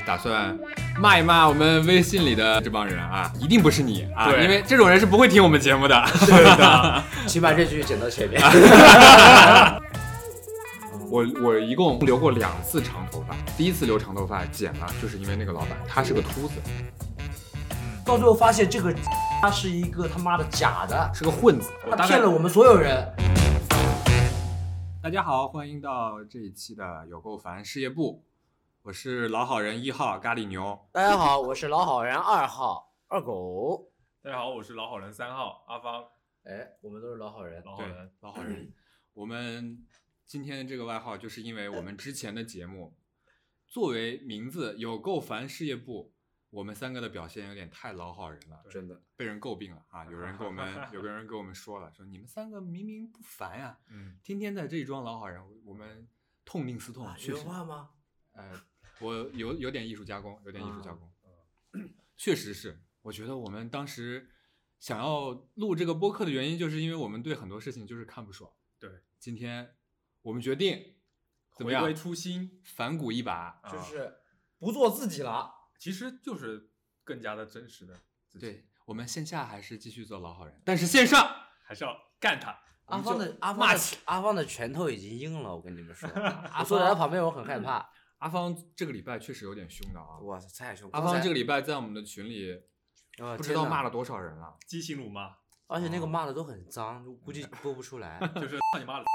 打算骂一骂我们微信里的这帮人啊，一定不是你啊，因为这种人是不会听我们节目的。 对的，请把这句剪到前面。 我一共留过2次长头发，第一次留长头发剪了，就是因为那个老板他是个秃子， 到最后发现这个他是一个他妈的假的， 是个混子， 他骗了我们所有人。 大家好，欢迎到这一期的有够烦事业部，我是老好人1号咖喱牛。 大家好，我是老好人2号二狗。 大家好，我是老好人3号阿芳。 我们都是老好人， 老好人。我们今天的这个外号，就是因为我们之前的节目作为名字有够烦事业部，我们3个的表现有点太老好人了， 真的被人诟病了啊！有个人跟我们说了，说你们3个明明不烦呀，天天在这里装老好人，我们痛定思痛， 有话吗？ 我有点艺术加工，确实是，我觉得我们当时想要录这个播客的原因，就是因为我们对很多事情就是看不爽。 对， 今天我们决定怎么样？ 回归初心， 反骨一把， 就是不做自己了。 其实就是更加的真实的自己。 对，我们线下还是继续做老好人，但是线上还是要干他。 阿芳的拳头已经硬了，我跟你们说，坐在他旁边我很害怕。 阿芳这个礼拜确实有点凶的啊！ 哇塞，太凶！ 阿芳这个礼拜在我们的群里，不知道骂了多少人了， 畸形辱骂， 而且那个骂的都很脏，估计播不出来。 就是你妈的！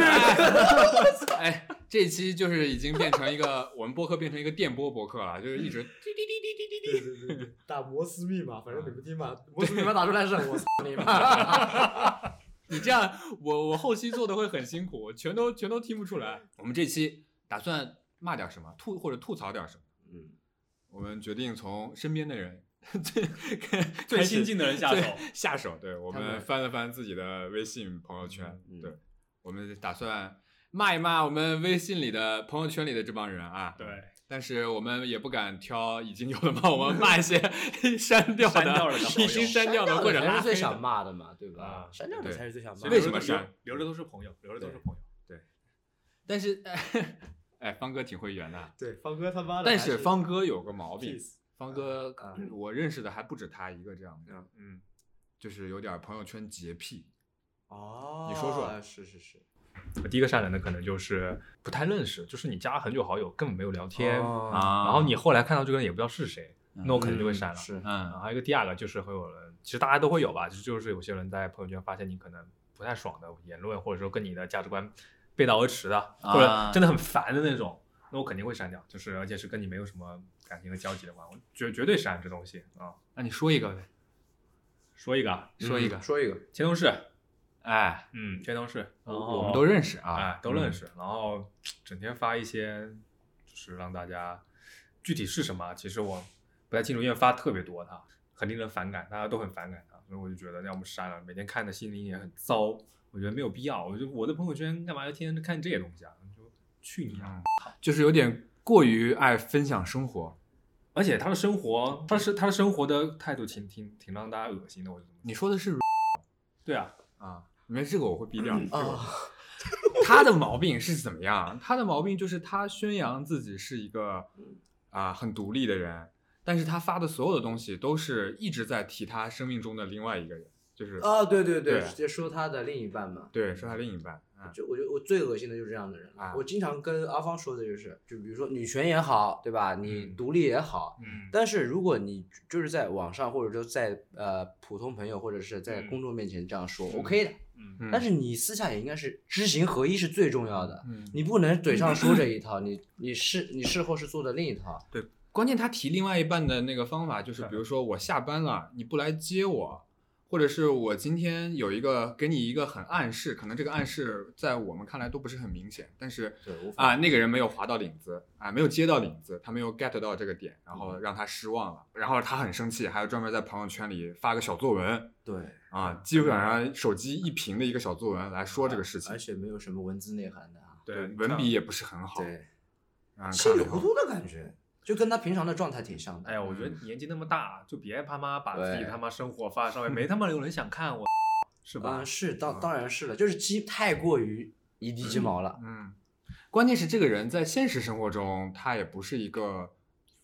这一期就是已经变成一个我们播客变成一个电波播客了，就是一直滴滴滴滴滴滴滴对，打摩斯密码，反正你们听吧，摩斯密码打出来是我操你妈！ 你这样我后期做的会很辛苦，我全都听不出来。我们这期打算骂点什么，或者吐槽点什么。我们决定从身边的人最亲近的人下手。对，我们翻了翻自己的微信朋友圈，对，我们打算骂一骂我们微信里的朋友圈里的这帮人啊。 对， 但是我们也不敢挑已经有的骂，我们骂一些删掉的已经删掉的或者拉黑的才是最想骂的嘛，对吧？删掉的才是最想骂的。 为什么删？ 留着都是朋友， 对，但是方哥挺会圆的。 对，方哥他妈的。 但是方哥有个毛病，方哥我认识的还不止他一个这样的，就是有点朋友圈洁癖。 哦， 你说说。 是。 第一个删人的可能就是不太认识，就是你加很久好友根本没有聊天，然后你后来看到这个人也不知道是谁，那我肯定就会删了。 是， 然后还有一个第二个就是会有人，其实大家都会有吧，就是有些人在朋友圈发现你可能不太爽的言论，或者说跟你的价值观背道而驰的，或者真的很烦的那种，那我肯定会删掉，就是而且是跟你没有什么感情的交集的话，我绝对删这东西啊。 那你说一个呗， 说一个，前同事。前同事， 我们都认识啊， 都认识，然后整天发一些，就是让大家具体是什么，其实我不太清楚，因为发特别多，他很令人反感，大家都很反感他，所以我就觉得要么删了，每天看的心里也很糟，我觉得没有必要，我的朋友圈干嘛要天天看这些东西啊？就去你啊！ 就是有点过于爱分享生活， 而且他的生活，他的生活的态度挺让大家恶心的，我觉得。 你说的是？ 对啊。 没这个我会逼掉。他的毛病是怎么样？他的毛病就是他宣扬自己是一个很独立的人，但是他发的所有的东西都是一直在提他生命中的另外一个人，就是对，就说他的另一半嘛。 对，说他另一半。 就我觉得我最恶心的就是这样的人。我经常跟阿芳说的就比如说女权也好，对吧？你独立也好，但是如果你就是在网上或者说在普通朋友或者是在公众面前这样说，OK 的。但是你私下也应该是知行合一是最重要的。你不能嘴上说这一套，你事后是做的另一套。 对，关键他提另外一半的那个方法就是，比如说我下班了，你不来接我，或者是我今天给你一个很暗示，可能这个暗示在我们看来都不是很明显，但是那个人没有滑到领子没有接到领子，他没有 get 到这个点，然后让他失望了，然后他很生气，还要专门在朋友圈里发个小作文。 对基本上手机一屏的一个小作文来说这个事情， 而且没有什么文字内涵的。 对，文笔也不是很好。 对，稀里糊涂的感觉。就跟他平常的状态挺像的。 哎呀，我觉得年纪那么大，就别他妈把自己他妈生活发上面，没他妈有人想看我，是吧？ 当然是了，就是太过于一地鸡毛了。 关键是这个人在现实生活中，他也不是一个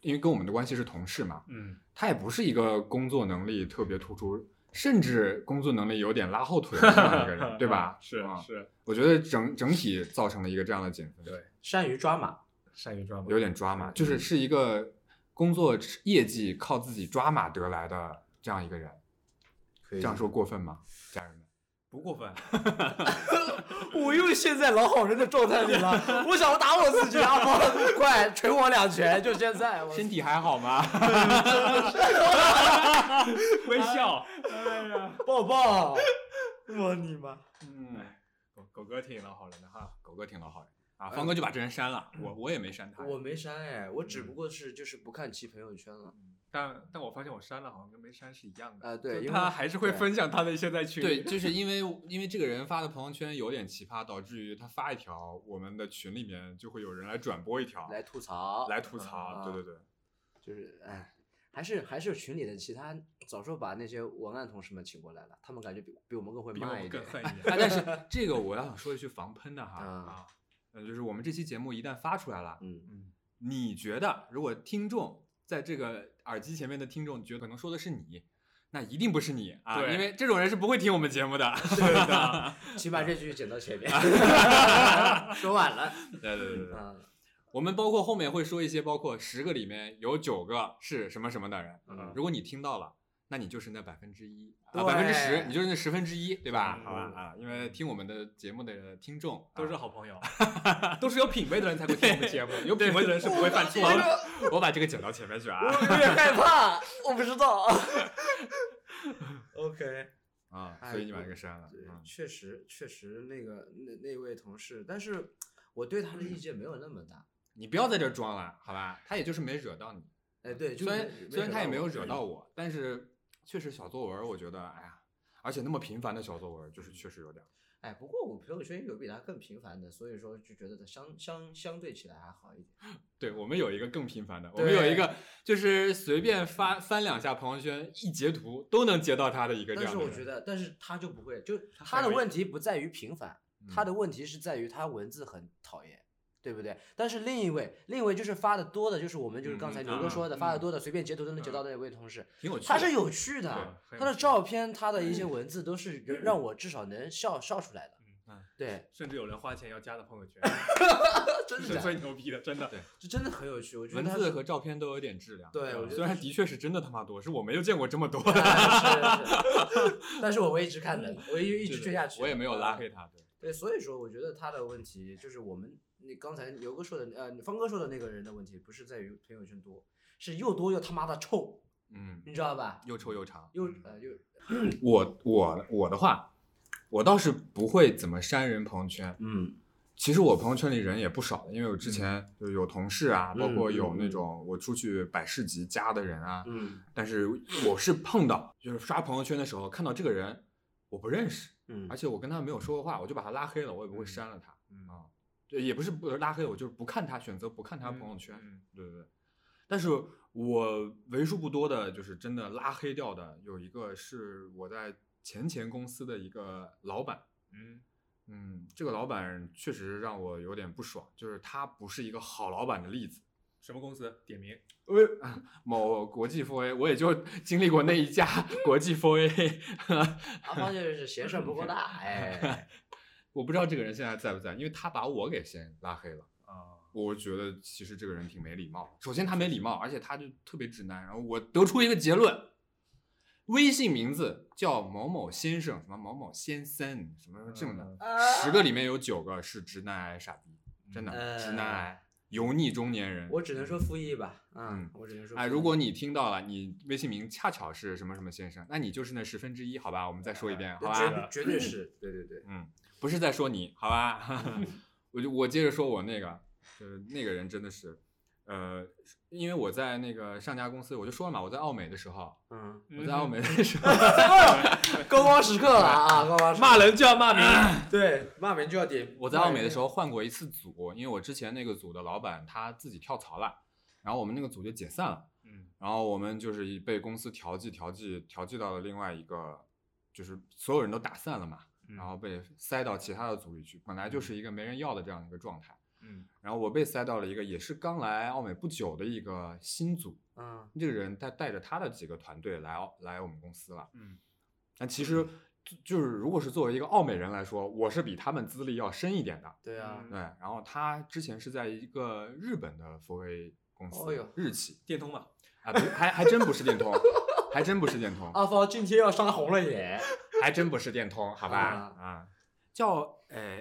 因为跟我们的关系是同事嘛，他也不是一个工作能力特别突出，甚至工作能力有点拉后腿的这样一个人，对吧？ 是， 我觉得整体造成了一个这样的减分。 对， 善于抓马， 有点抓马，是一个工作业绩靠自己抓马得来的这样一个人。这样说过分吗，家人们？ 不过分。 我又陷在老好人的状态里了，我想打我自己，阿芳，快捶我2拳，就现在。 身体还好吗？ 微笑， 哎呀，抱抱，我你妈！ 狗哥挺老好人的哈， 狗哥挺老好人啊。方哥就把这人删了，我也没删他。 我没删哎，我只不过是就是不看其朋友圈了。 但我发现我删了好像跟没删是一样的。 对，因为他还是会分享他的一些在群里。 对，就是因为这个人发的朋友圈有点奇葩，导致于他发一条，我们的群里面就会有人来转播一条， 来吐槽。 对， 就是还是群里的其他早说把那些文案同事们请过来了，他们感觉比我们更会骂一点， 更恨一点。 但是这个我要想说一句防喷的哈，就是我们这期节目一旦发出来了，你觉得如果听众在这个耳机前面的听众觉得可能说的是你，那一定不是你啊，因为这种人是不会听我们节目的。 对的，请把这句剪到前面。说晚了。 对。我们包括后面会说一些，包括10个里面有9个是什么什么的人。如果你听到了，那你就是那1%，10%，你就是那1/10，对吧？好吧啊，因为听我们的节目的听众都是好朋友，都是有品味的人才会听我们节目，有品味的人是不会犯错的。 我把这个剪到前面去啊， 我有点害怕，我不知道。OK 啊，所以你把这个删了。 确实那位同事，但是我对他的意见没有那么大。 你不要在这装了，好吧？他也就是没惹到你。 对， 虽然他也没有惹到我，但是确实小作文，我觉得，哎呀，而且那么频繁的小作文，就是确实有点。 不过我朋友圈有比他更频繁的，所以说就觉得他相对起来还好一点。 对，我们有一个更频繁的，我们有一个就是随便翻2下朋友圈，一截图都能截到他的一个这样的人。 但是我觉得，但是他就不会，就他的问题不在于频繁，他的问题是在于他文字很讨厌。对不对？但是另一位就是发的多的，就是我们就是刚才牛哥说的，发的多的随便截图都能截到的那位同事， 挺有趣的。 他是有趣的，他的照片，他的一些文字都是让我至少能笑出来的。对， 甚至有人花钱要加的朋友圈， 真的最牛逼的，真的， 对， 这真的很有趣。我觉得文字和照片都有点质量。 对，我觉得虽然的确是真的他妈多，是我没有见过这么多。 是，但是我会一直看的，我一直追下去。 我也没有拉黑他。 对，所以说我觉得他的问题就是你刚才牛哥说的，方哥说的那个人的问题，不是在于朋友圈多，是又多又他妈的臭。你知道吧？ 又臭又长。我的话，我倒是不会怎么删人朋友圈。其实我朋友圈里人也不少的，因为我之前就有同事啊，包括有那种我出去摆市集加的人啊。但是我是碰到，就是刷朋友圈的时候看到这个人我不认识，而且我跟他没有说过话，我就把他拉黑了，我也不会删了他。也不是不拉黑，我就是不看他，选择不看他朋友圈。对。但是我为数不多的就是真的拉黑掉的，有一个是我在前公司的一个老板。这个老板确实让我有点不爽，就是他不是一个好老板的例子。 什么公司？点名。 某国际 4A， 我也就经历过那一家国际 4A。 阿芳就是嫌事不够大， 我不知道这个人现在在不在，因为他把我给先拉黑了。我觉得其实这个人挺没礼貌。首先他没礼貌，而且他就特别直男。然后我得出一个结论：微信名字叫某某先生，什么某某先生，什么这么的，10个里面有9个是直男癌傻逼，真的直男癌。油腻中年人， 我只能说负一吧。我只能说。 如果你听到了，你微信名恰巧是什么什么先生，那你就是那1/10，好吧？我们再说一遍，好吧？ 绝对是，对。 不是在说你，好吧？我接着说我那个，就是那个人真的是，因为我在那个上家公司，我就说了嘛，我在奥美的时候，我在奥美的时候， 高光时刻了啊！高光时刻， 骂人就要骂名， 对，骂名就要点。 我在奥美的时候换过一次组，因为我之前那个组的老板他自己跳槽了，然后我们那个组就解散了，然后我们就是被公司调剂到了另外一个，就是所有人都打散了嘛，然后被塞到其他的组里去，本来就是一个没人要的这样一个状态。 然后我被塞到了一个也是刚来奥美不久的一个新组，这个人他带着他的几个团队来我们公司了，但其实就是如果是作为一个奥美人来说，我是比他们资历要深一点的， 对啊， 对，然后他之前是在一个日本的佛威公司，日企电通嘛， 啊，还真不是电通，还真不是电通， 阿芳今天要杀红了眼， 还真不是电通，好吧，啊，叫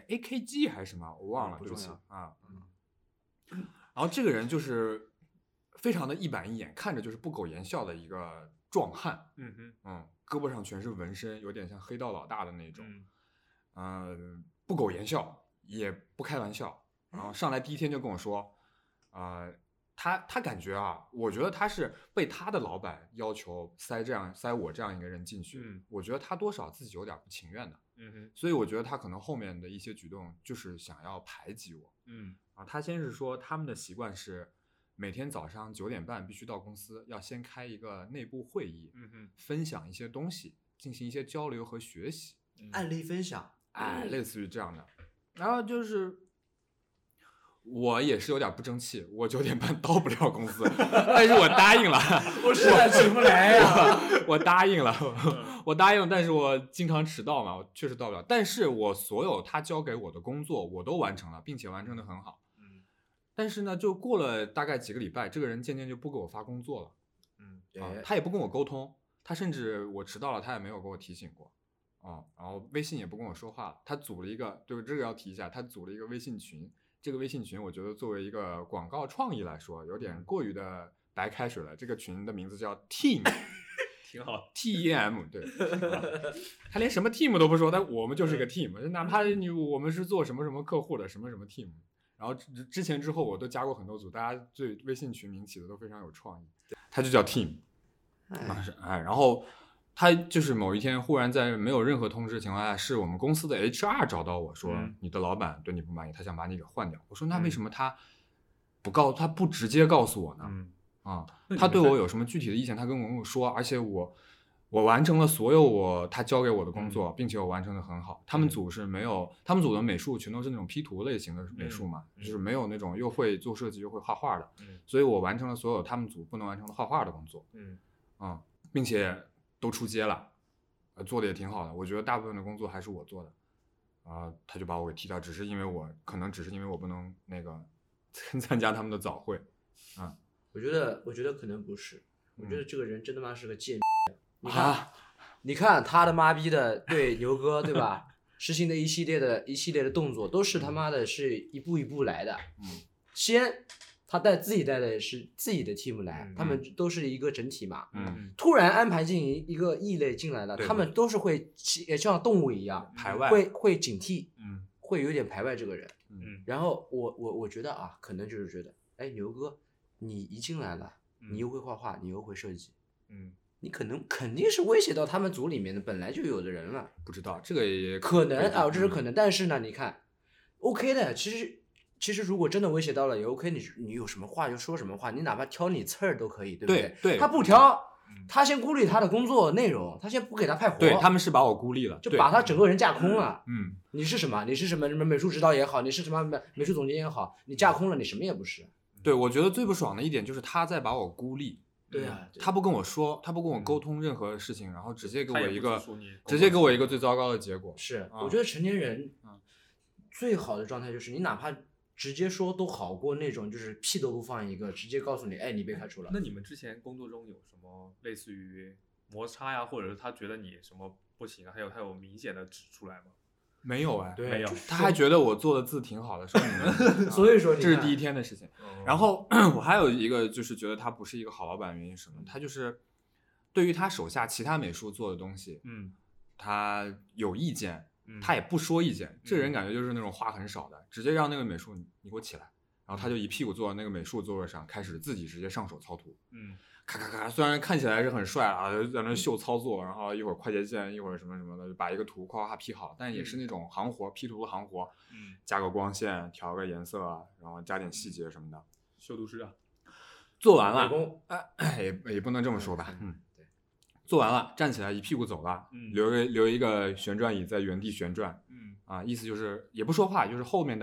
AKG 还是什么，我忘了，对不起啊，然后这个人就是非常的一板一眼，看着就是不苟言笑的一个壮汉，胳膊上全是纹身，有点像黑道老大的那种，不苟言笑，也不开玩笑，然后上来第一天就跟我说，他感觉啊，我觉得他是被他的老板要求塞我这样一个人进去，我觉得他多少自己有点不情愿的，所以我觉得他可能后面的一些举动就是想要排挤我，他先是说他们的习惯是每天早上9点半必须到公司，要先开一个内部会议，分享一些东西，进行一些交流和学习， 案例分享， 类似于这样的。然后就是我也是有点不争气，我9点半到不了公司，但是我答应了， 我实在起不来呀， 我答应了，我答应，但是我经常迟到嘛，我确实到不了。但是我所有他交给我的工作我都完成了，并且完成的很好。但是呢，就过了大概几个礼拜，这个人渐渐就不给我发工作了，他也不跟我沟通，他甚至我迟到了，他也没有给我提醒过，然后微信也不跟我说话了。他组了一个，对，这个要提一下，他组了一个微信群。这个微信群，我觉得作为一个广告创意来说，有点过于的白开水了。这个群的名字叫 Team， 挺好 ，TEM， 对，他连什么 Team 都不说，但我们就是个 Team，哪怕我们是做什么什么客户的，什么什么 Team。然后之前之后我都加过很多组，大家对微信群名起的都非常有创意，他就叫 Team， 然后他就是某一天忽然在没有任何通知的情况下，是我们公司的 HR 找到我说，你的老板对你不满意，他想把你给换掉。我说那为什么他不直接告诉我呢？他对我有什么具体的意见，他跟我说，而且我完成了所有他交给我的工作，并且我完成的很好。他们组是没有，他们组的美术全都是那种 P 图类型的美术嘛，就是没有那种又会做设计又会画画的，所以我完成了所有他们组不能完成的画画的工作，并且都出街了，做的也挺好的。我觉得大部分的工作还是我做的，他就把我给踢掉，只是因为我不能那个参加他们的早会， 我觉得可能不是，我觉得这个人真他妈是个贱。你看他的妈逼的对牛哥对吧？实行的一系列的动作都是他妈的是一步一步来的。先他自己带的是自己的 team 来，他们都是一个整体嘛。突然安排进一个异类进来了，他们都是会像动物一样排外， 会警惕，会有点排外这个人。然后我觉得啊，可能就是觉得，哎，牛哥，你一进来了，你又会画画，你又会设计，你肯定是威胁到他们组里面的本来就有的人了。 不知道这个也可能啊，这是可能。但是呢，你看 ，OK 的，其实如果真的威胁到了也 OK， 你有什么话就说什么话，你哪怕挑你刺儿都可以，对不对？ 对， 他不挑，他先孤立他的工作内容，他先不给他派活。 对，他们是把我孤立了， 就把他整个人架空了。你是什么？你是什么美术指导也好，你是什么美术总监也好，你架空了，你什么也不是。 对，我觉得最不爽的一点就是他在把我孤立。 对啊， 他不跟我说，他不跟我沟通任何事情，然后直接给我一个最糟糕的结果。 是，我觉得成年人最好的状态就是你哪怕直接说都好过那种就是屁都不放一个，直接告诉你，哎，你被开除了。 那你们之前工作中有什么类似于摩擦呀，或者是他觉得你什么不行啊，他有明显的指出来吗？ 没有哎， 没有， 他还觉得我做的字挺好的，说你们， 所以说这是第一天的事情。然后我还有一个就是觉得他不是一个好老板，原因是什么？他就是对于他手下其他美术做的东西，他有意见，他也不说意见。这人感觉就是那种话很少的，直接让那个美术你给我起来，然后他就一屁股坐到那个美术座位上，开始自己直接上手操图。咔咔咔，虽然看起来是很帅啊，在那秀操作，然后一会儿快捷键，一会儿什么什么的，把一个图夸夸 P 好，但也是那种行活，P 图的行活，加个光线，调个颜色，然后加点细节什么的， 修图师啊， 做完了，也不能这么说吧， 对， 做完了，站起来一屁股走了，留一个旋转椅在原地旋转，意思就是也不说话，就是后面的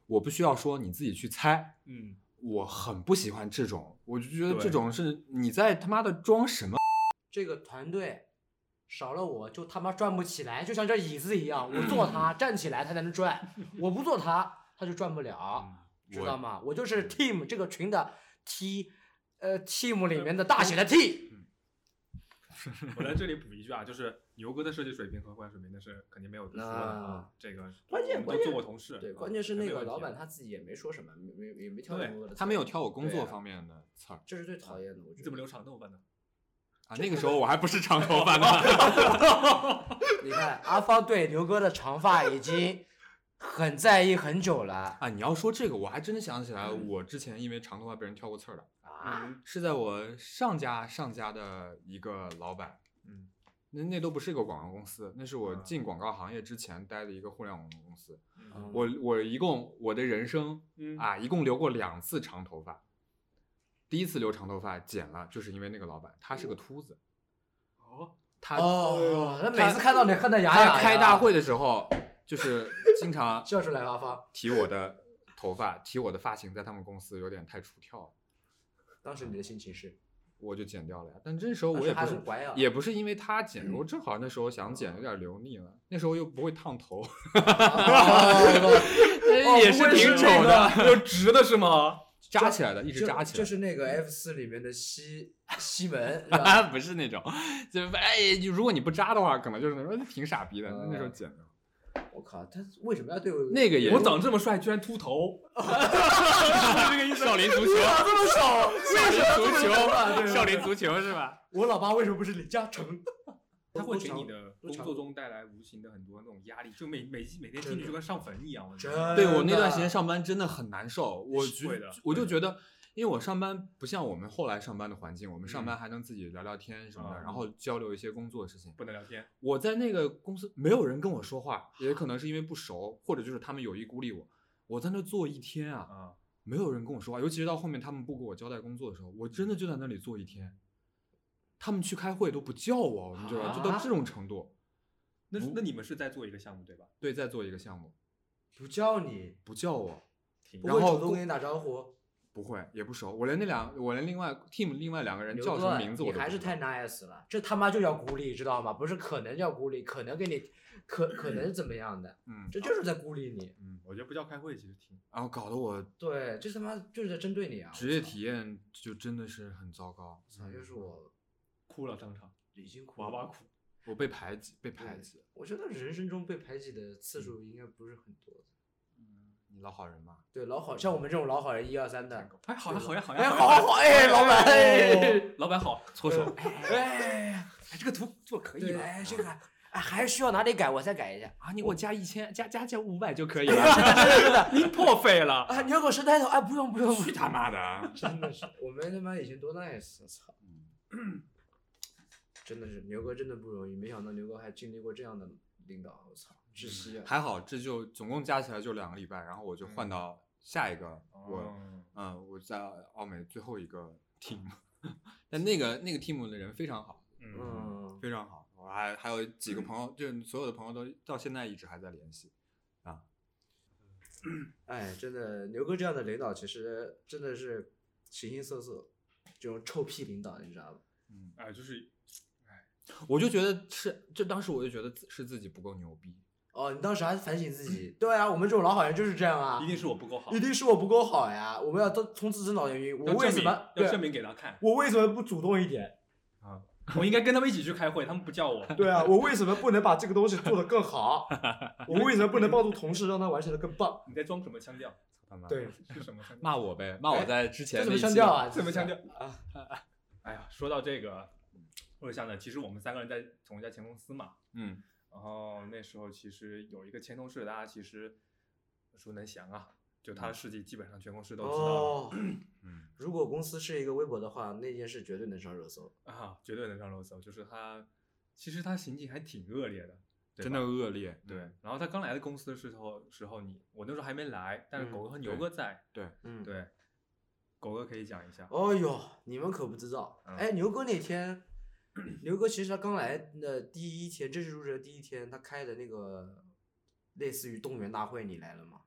我不需要说你自己去猜。 嗯， 我很不喜欢这种，我就觉得这种是你在他妈的装什么？ 这个团队少了我就他妈转不起来，就像这椅子一样，我坐它站起来它才能转，我不坐它它就转不了，知道吗？我就是 team 这个群的 team 里面的大写的 T。 我在这里补一句啊，就是牛哥的设计水平和管理水平那是肯定没有得说的啊，这个关键都做过同事， 对，关键是那个老板他自己也没说什么，也没挑牛哥的， 他没有挑我工作方面的刺儿， 这是最讨厌的。我觉得你怎么留长头发呢？ 啊，那个时候我还不是长头发呢。 你看阿芳对牛哥的长发已经很在意很久了啊！你要说这个，我还真的想起来，我之前因为长头发被人挑过刺儿的啊， 是在我上家的一个老板，那都不是一个广告公司，那是我进广告行业之前待的一个互联网公司。我的人生一共留过2次长头发。第一次留长头发剪了，就是因为那个老板他是个秃子。他每次看到你恨得牙痒。 他开大会的时候，就是经常笑出来阿芳提我的头发，提我的发型，在他们公司有点太出挑了。 当时你的心情是？ 我就剪掉了呀。但这时候我也不是因为他剪，我正好那时候想剪，有点留腻了。那时候又不会烫头，也是挺丑的。 有直的是吗？ 扎起来的，一直扎起来， 就是那个 F4里面的西门， 不是那种，就如果你不扎的话，可能就是那种挺傻逼的。那时候剪的， 我靠，他为什么要对我那个也？ 我长这么帅，居然秃头， 这个意思。少林足球这么少， 少林足球是吧？ 我老爸为什么不是李嘉诚？ 他会给你的工作中带来无形的很多那种压力，就每天进去就跟上坟一样。 对，我那段时间上班真的很难受，我就觉得，因为我上班不像我们后来上班的环境，我们上班还能自己聊聊天什么的，然后交流一些工作的事情。 不能聊天。 我在那个公司没有人跟我说话，也可能是因为不熟，或者就是他们有意孤立我。我在那坐一天没有人跟我说话，尤其是到后面他们不给我交代工作的时候，我真的就在那里坐一天。他们去开会都不叫我，你知道吧？就到这种程度。 那你们是在做一个项目对吧？ 对，在做一个项目。 不叫你， 不叫我， 不会主动跟你打招呼。 不会，也不熟。我连另外 team 另外2个人叫什么名字我都不知道。 你还是太 nice 了，这他妈就叫孤立，知道吗？不是可能叫孤立，可能给你可能怎么样的，这就是在孤立你。 我觉得不叫开会其实挺， 然后搞得我对，这他妈就是在针对你啊！ 职业体验就真的是很糟糕。 要是我哭了，当场已经哭， 哇哇哭。 我被排挤。 我觉得人生中被排挤的次数应该不是很多。 你老好人嘛？ 对，老好，像我们这种老好人1、2、3的。 哎，好呀， 好，老板， 老板好，搓手。 这个图做可以吧？这个还需要哪里改，我再改一下啊！你给我加1000，加500就可以了。 是的， 你破费了啊！你要给我升抬头啊！不用， 去他妈的！ 真的是，我们他妈以前多 nice， 操！真的是牛哥真的不容易，没想到牛哥还经历过这样的领导，我操，窒息啊！ 还好，这就总共加起来就2个礼拜，然后我就换到下一个，我在奥美最后一个 team， 但那个 team 的人非常好，非常好，我还有几个朋友，就是所有的朋友都到现在一直还在联系啊。 哎，真的牛哥这样的领导其实真的是形形色色，这种臭屁领导，你知道吧？ 我就觉得当时我就觉得是自己不够牛逼。 哦，你当时还反省自己？对啊，我们这种老好人就是这样啊。 一定是我不够好。 一定是我不够好呀！我们要从自身找原因。我为什么要证明给他看？ 我为什么不主动一点？ 我应该跟他们一起去开会，他们不叫我。 对啊，我为什么不能把这个东西做得更好？我为什么不能帮助同事让他完成得更棒？ 你在装什么腔调？ 对， 是什么腔调？ 骂我呗，骂我在之前。 这什么腔调啊？ 什么腔调啊？哎呀，说到这个。我想呢，其实我们3个人在同一家前公司嘛，然后那时候其实有一个前同事，大家其实耳熟能详啊，就他的事迹基本上全公司都知道。 如果公司是一个微博的话，那件事绝对能上热搜啊，绝对能上热搜。就是他，其实他行径还挺恶劣的， 真的恶劣。 对，然后他刚来的公司的时候，我那时候还没来，但是狗哥和牛哥在。 对， 对，狗哥可以讲一下。 哦哟，你们可不知道，哎，牛哥那天。牛哥其实他刚来的第一天，正式入职的第一天，他开的那个类似于动员大会，你来了吗？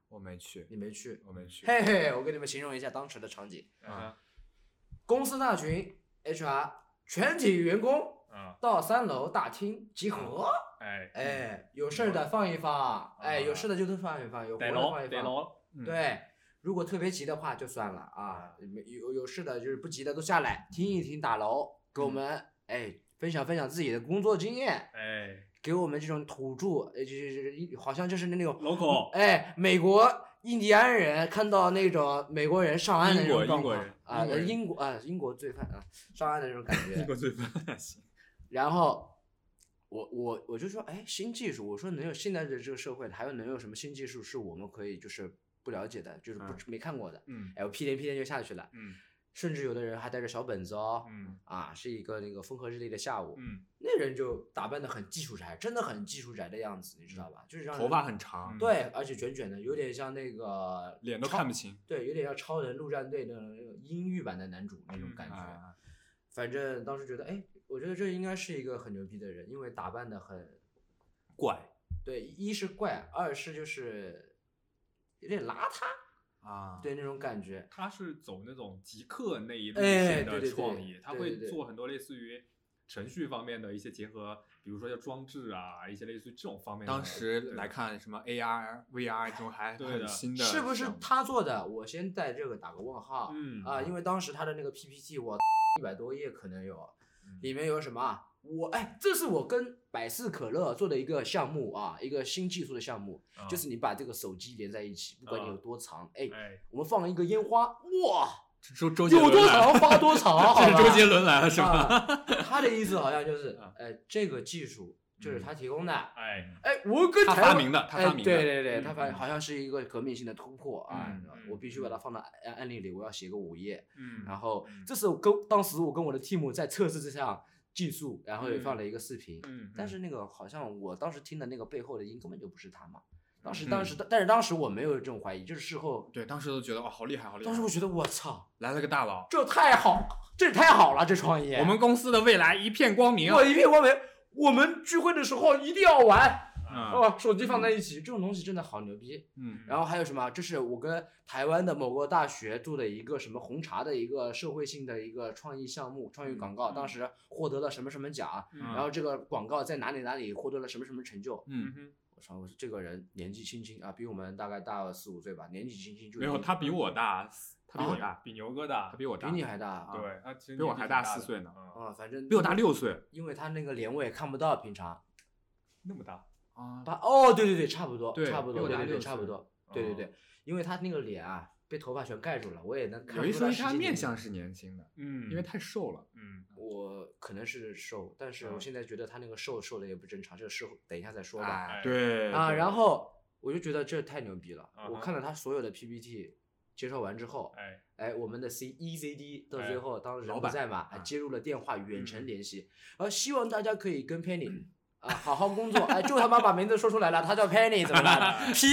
我没去， 你没去？ 我没去。 嘿嘿，我给你们形容一下当时的场景啊， 公司大群 HR 全体员工到3楼大厅集合。有事的放一放，有事的就都放一放，有活的放一放。对，如果特别急的话就算了啊，有事的就是不急的都下来听一听打楼，给我们分享分享自己的工作经验，给我们这种土著，好像就是那种 local， 美国印第安人看到那种美国人上岸的那种状况英国罪犯啊上岸的那种感觉。 英国罪犯行。 然后我就说，新技术，我说能有现在的这个社会还有能有什么新技术是我们可以就是不了解的，就是没看过的。我屁颠就下去了。甚至有的人还带着小本子哦。是一个那个风和日丽的下午。那人就打扮得很技术宅，真的很技术宅的样子，你知道吧？就是让人头发很长。 对，而且卷卷的，有点像那个脸都看不清。 对，有点像超人陆战队的阴郁版的男主那种感觉。反正当时觉得，我觉得这应该是一个很牛逼的人，因为打扮得很怪。 对，一是怪，二是就是有点邋遢啊，对那种感觉。 他是走那种极客那一路线的创意，他会做很多类似于程序方面的一些结合，比如说叫装置啊，一些类似于这种方面的。 当时来看什么 AR、VR 这种还很新的， 是不是他做的？我先在这个打个问号。因为当时他的那个 PPT 我100多页可能有，里面有什么？这是我跟百事可乐做的一个项目啊，一个新技术的项目，就是你把这个手机连在一起，不管你有多长，我们放了一个烟花，哇，有多长发多长， 这是周杰伦来了是吧？ 他的意思好像就是，这个技术就是他提供的， 我跟他发明的， 对，他好像是一个革命性的突破啊，我必须把它放到案例里，我要写个5页，然后这是当时我跟我的 team 在测试这项技术，然后也放了一个视频，但是那个好像我当时听的那个背后的音根本就不是他嘛，但是当时我没有这种怀疑，就是事后对，当时都觉得好厉害，好厉害。 当时我觉得我操， 来了个大佬， 这太好了，这创意， 我们公司的未来一片光明， 一片光明。我们聚会的时候一定要玩。手机放在一起，这种东西真的好牛逼。然后还有什么？这是我跟台湾的某个大学做的一个什么红茶的一个社会性的一个创意项目、创意广告，当时获得了什么什么奖，然后这个广告在哪里获得了什么什么成就。我说这个人年纪轻轻啊，比我们大概大4、5岁吧，年纪轻轻就没有，他比我大，他比我大， 比牛哥大， 他比我大， 比你还大。 对，他其实比我还大4岁呢。 反正比我大6岁， 因为他那个脸我也看不到，平常那么大。 对，差不多， 对， 差不多，对，因为他那个脸啊，被头发全盖住了，我也能看出来。 有一说一，他面相是年轻的，因为太瘦了， 我可能是瘦，但是我现在觉得他那个瘦的也不正常，这个事等一下再说吧。 对然后我就觉得这太牛逼了，我看了他所有的 PPT 介绍完之后，我们的 EZD 到最后当人不在嘛，接入了电话远程联系，希望大家可以跟 Penny。好好工作，就他妈把名字说出来了，他叫 Penny， 怎么了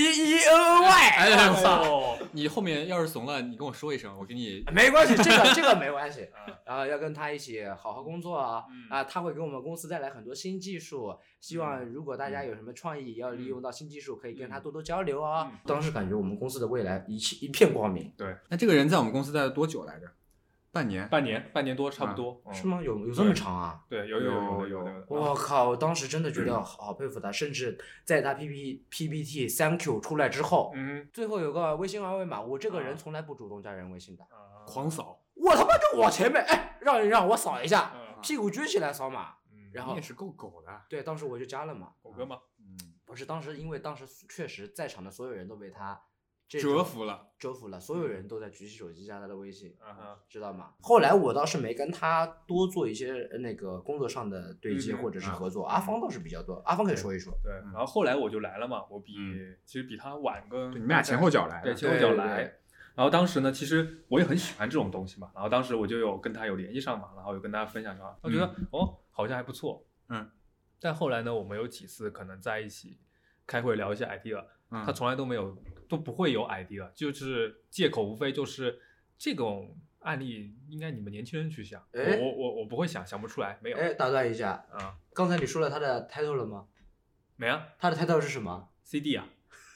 ？PENY。 你后面要是怂了，你跟我说一声，我给你。 没关系，这个没关系。然后要跟他一起好好工作啊！他会给我们公司带来很多新技术。希望如果大家有什么创意，要利用到新技术，可以跟他多多交流啊！当时感觉我们公司的未来一片光明。 对， 那这个人在我们公司待了多久来着？半年多差不多。 是吗？有这么长啊？ 对，有。 我靠！我当时真的觉得好佩服他，甚至在他 PPT Thank you 出来之后，最后有个微信二维码，我这个人从来不主动加人微信的， 狂扫。 我他妈就往前面，让我扫一下，屁股撅起来扫码，然后你也是够狗的。 对，当时我就加了嘛。 狗哥吗？ 不是，因为当时确实在场的所有人都被他折服了， 所有人都在举起手机加他的微信，知道吗？后来我倒是没跟他多做一些那个工作上的对接或者是合作，阿芳倒是比较多，阿芳可以说一说。 对，然后后来我就来了嘛，我其实比他晚个， 你们俩前后脚来， 对，前后脚来。然后当时呢，其实我也很喜欢这种东西嘛，然后当时我就跟他有联系上嘛，然后有跟他分享上，我觉得好像还不错，但后来呢，我们有几次可能在一起开会聊一些 idea，他从来都不会有 idea， 就是借口无非就是这种案例应该你们年轻人去想，我不会想不出来，没有。 打断一下，刚才你说了他的 title 了吗？ 没啊。 他的 title 是什么 ？CD 啊。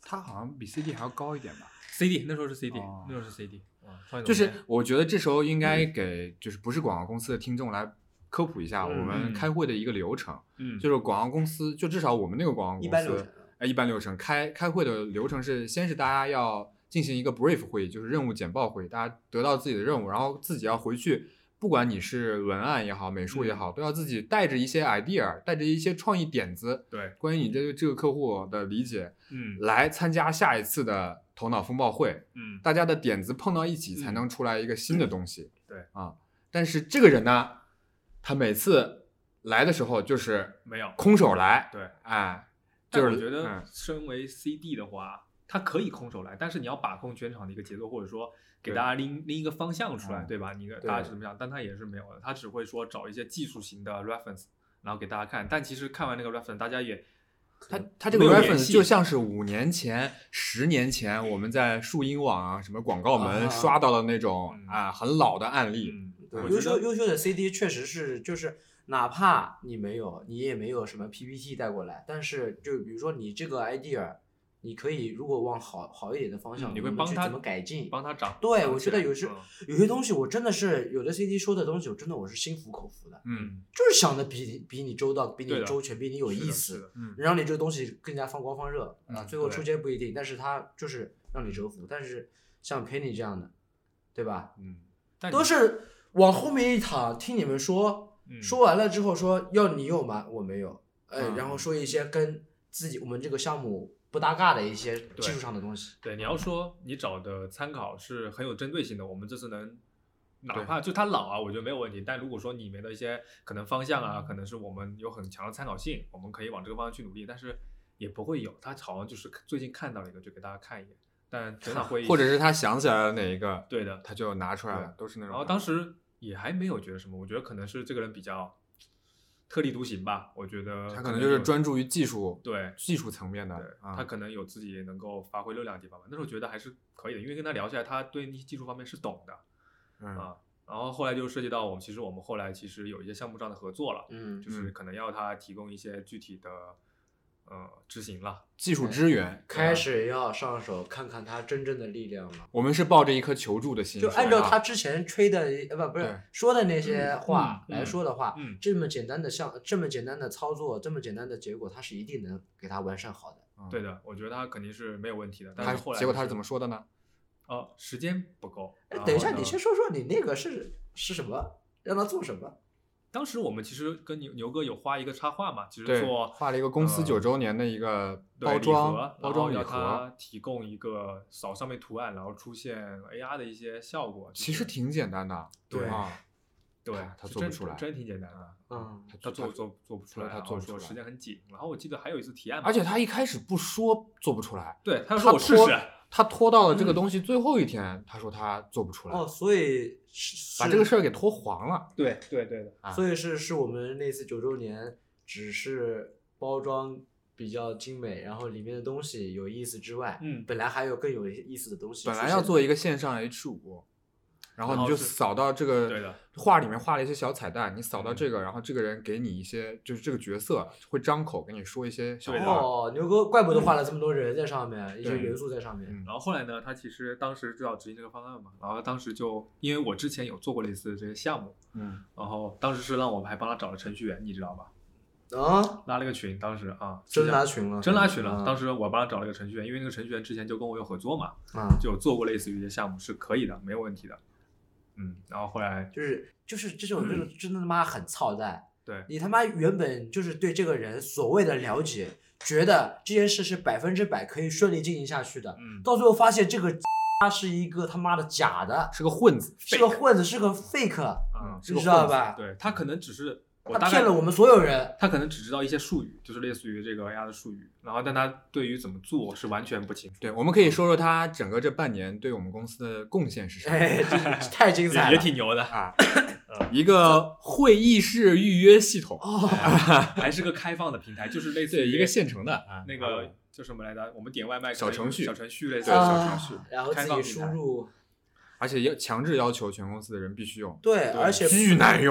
它好像比 CD 还要高一点吧。 CD 那时候是 CD，、那时候是 CD， 就是我觉得这时候应该给就是不是广告公司的听众来科普一下我们开会的一个流程。就是广告公司，就至少我们那个广告公司一般流程开会的流程是，先是大家要进行一个 brief 会议，就是任务简报会议，大家得到自己的任务，然后自己要回去，不管你是文案也好，美术也好，都要自己带着一些 idea， 带着一些创意点子， 对， 关于你这个客户的理解，来参加下一次的头脑风暴会，大家的点子碰到一起才能出来一个新的东西， 对啊，但是这个人呢，他每次来的时候就是没有空手来， 对， 哎，就是我觉得身为 CD 的话，他可以空手来，但是你要把控全场的一个节奏，或者说给大家拎一个方向出来，对吧？大家是怎么样？但他也是没有的，他只会说找一些技术型的 reference， 然后给大家看。但其实看完那个 reference， 大家也他这个 reference 就像是5年前、10年前我们在树荫网啊、什么广告门刷到的那种很老的案例。 优秀的 CD 确实是就是哪怕你也没有什么 PPT 带过来，但是就比如说你这个 idea， 你可以如果往好一点的方向， 你会帮他怎么改进， 帮他长。 对，我觉得有些东西我真的是有的 CD 说的东西，我是心服口服的，就是想的比你周到，比你周全，比你有意思，让你这个东西更加放光放热啊，最后出街不一定，但是它就是让你折服。但是像 Penny 这样的，对吧？都是往后面一躺，听你们说完了之后说要你有吗？我没有，然后说一些跟我们这个项目不搭嘎的一些技术上的东西。 对，你要说你找的参考是很有针对性的，我们这次能哪怕就他老啊，我觉得没有问题。但如果说里面的一些可能方向啊，可能是我们有很强的参考性，我们可以往这个方向去努力，但是也不会有。他好像就是最近看到了一个，就给大家看一眼。但整场会议或者是他想起来了哪一个， 对的， 他就拿出来了，都是那种。 然后当时也还没有觉得什么，我觉得可能是这个人比较特立独行吧，我觉得他可能就是专注于技术， 对技术层面的， 他可能有自己能够发挥热量的地方吧。那时候觉得还是可以的，因为跟他聊下来，他对技术方面是懂的，然后后来就涉及到我们后来其实有一些项目上的合作了，就是可能要他提供一些具体的执行了， 技术支援， 开始要上手看看他真正的力量了。 我们是抱着一颗求助的心， 就按照他之前吹的不是说的那些话来说的话，这么简单的操作，这么简单的结果，他是一定能给他完善好的。 对的，我觉得他肯定是没有问题的。但是后来结果他是怎么说的呢？ 时间不够。 等一下，你先说说你那个是什么，让他做什么？ 当时我们其实跟牛哥有画一个插画嘛，其实画了一个公司9周年的一个包装礼盒， 他提供一个扫上面图案，然后出现 AR 的一些效果， 其实挺简单的。 对， 他做不出来， 真挺简单的。他做不出来， 他做不出来， 时间很紧。然后我记得还有一次提案， 而且他一开始不说做不出来， 对，他说我试试。 他拖到了这个东西最后一天，他说他做不出来。 所以把这个事儿给拖黄了。 对的。 所以是我们那次9周年，只是包装比较精美，然后里面的东西有意思之外，本来还有更有意思的东西。 本来要做一个线上 H5。然后你就扫到这个画里面画了一些小彩蛋，你扫到这个，然后这个人给你一些，就是这个角色会张口跟你说一些小话。 牛哥怪不得画了这么多人在上面，一些元素在上面。 然后后来呢，他其实当时就要执行这个方案嘛，然后当时就因为我之前有做过类似的这些项目，然后当时是让我们还帮他找了程序员，你知道吧？拉了个群，当时真拉群了。 当时我帮他找了一个程序员，因为那个程序员之前就跟我有合作嘛，就有做过类似于一些项目，是可以的，没有问题的。然后后来就是这种真的他妈很操蛋。 对， 你他妈原本就是对这个人所谓的了解，觉得这件事是100%可以顺利进行下去的，到最后发现这个他是一个他妈的假的， 是个混子， 是个 fake，你知道吧？ 对，他可能只是他骗了我们所有人， 他可能只知道一些术语，就是类似于这个 AR 的术语，然后但他对于怎么做是完全不清楚。 对，我们可以说说他整个这半年对我们公司的贡献是什么？ 太精彩了， 也挺牛的一个会议室预约系统， 还是个开放的平台，就是类似于一个现成的那个叫什么来着？我们点外卖小程序类似的小程序， 然后自己输入， 而且强制要求全公司的人必须用。 对，而且巨难用。